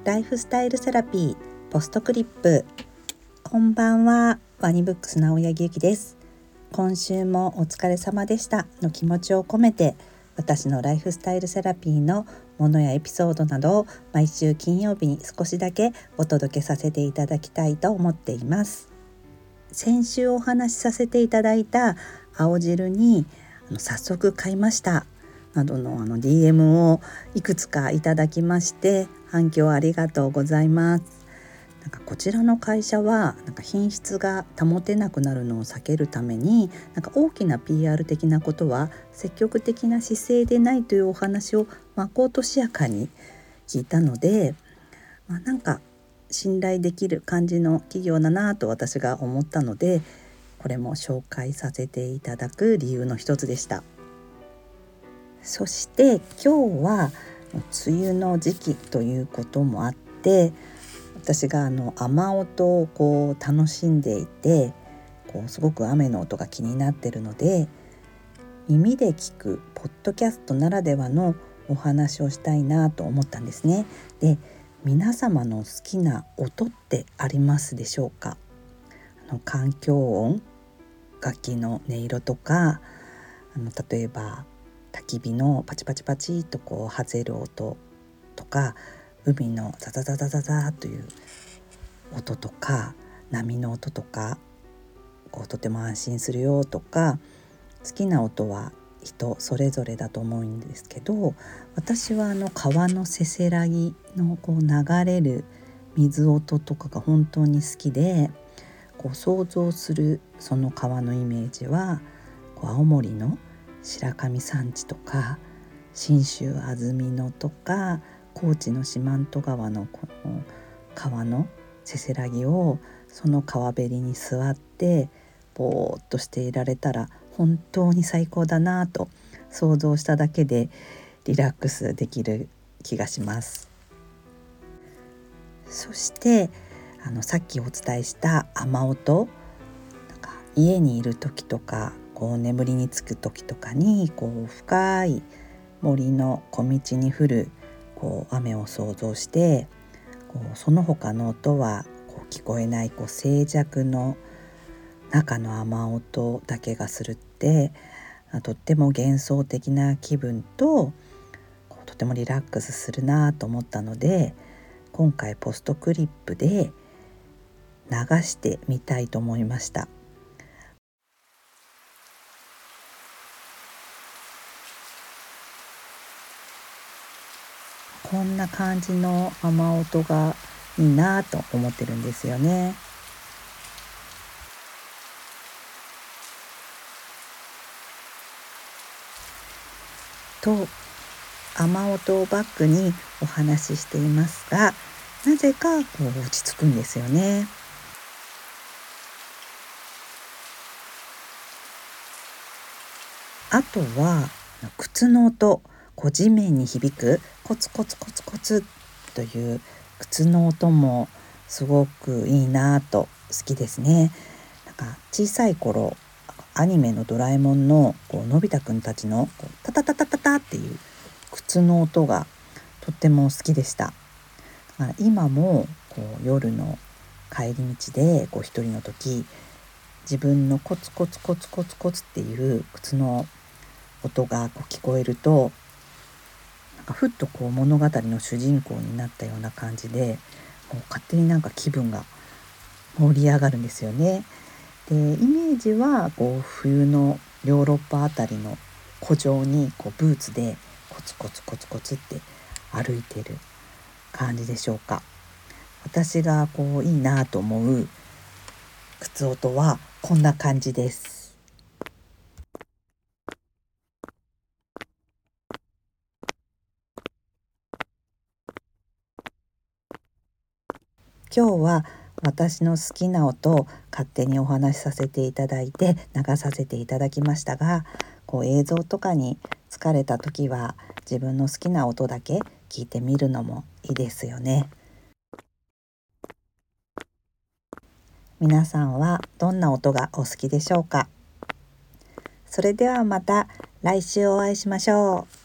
ライフスタイルセラピーポストクリップ。こんばんは、ワニブックスの青柳ゆきです。今週もお疲れ様でしたの気持ちを込めて、私のライフスタイルセラピーのものやエピソードなどを毎週金曜日に少しだけお届けさせていただきたいと思っています。先週お話しさせていただいた青汁に早速買いましたなどのDM をいくつかいただきまして、反響ありがとうございます。こちらの会社は品質が保てなくなるのを避けるために大きな PR 的なことは積極的な姿勢でないというお話をまことしやかに聞いたので、信頼できる感じの企業だなと私が思ったので、これも紹介させていただく理由の一つでした。そして今日は梅雨の時期ということもあって、私が雨音を楽しんでいて、すごく雨の音が気になっているので、耳で聞くポッドキャストならではのお話をしたいなと思ったんですね。で、皆様の好きな音ってありますでしょうか？環境音、楽器の音色とか、例えば焚き火のパチパチパチと外れる音とか、海のザザザザザザという音とか、波の音とか、とても安心するよとか、好きな音は人それぞれだと思うんですけど、私は川のせせらぎの流れる水音とかが本当に好きで、想像するその川のイメージは青森の白神山地とか、信州安曇野とか、高知の四万十川のこの川のせせらぎをその川べりに座ってぼーっとしていられたら本当に最高だなと想像しただけでリラックスできる気がします。そしてさっきお伝えした雨音、家にいる時とか眠りにつく時とかに深い森の小道に降る雨を想像して、その他の音は聞こえない静寂の中の雨音だけがするって、とっても幻想的な気分ととてもリラックスするなと思ったので、今回ポストクリップで流してみたいと思いました。こんな感じの雨音がいいなと思ってるんですよね。と、雨音をバックにお話ししていますが、なぜか落ち着くんですよね。あとは靴の音、地面に響くコツコツコツコツという靴の音もすごくいいなと好きですね。小さい頃アニメのドラえもんののび太くんたちのタタタタタタっていう靴の音がとっても好きでした。今も夜の帰り道で一人の時、自分のコツコツコツコツコツっていう靴の音が聞こえると、ふっと物語の主人公になったような感じで、勝手に気分が盛り上がるんですよね。で、イメージは冬のヨーロッパあたりの湖上にブーツでコツコツコツコツって歩いてる感じでしょうか。私がいいなと思う靴音はこんな感じです。今日は私の好きな音を勝手にお話しさせていただいて流させていただきましたが、映像とかに疲れた時は自分の好きな音だけ聞いてみるのもいいですよね。皆さんはどんな音がお好きでしょうか？それではまた来週お会いしましょう。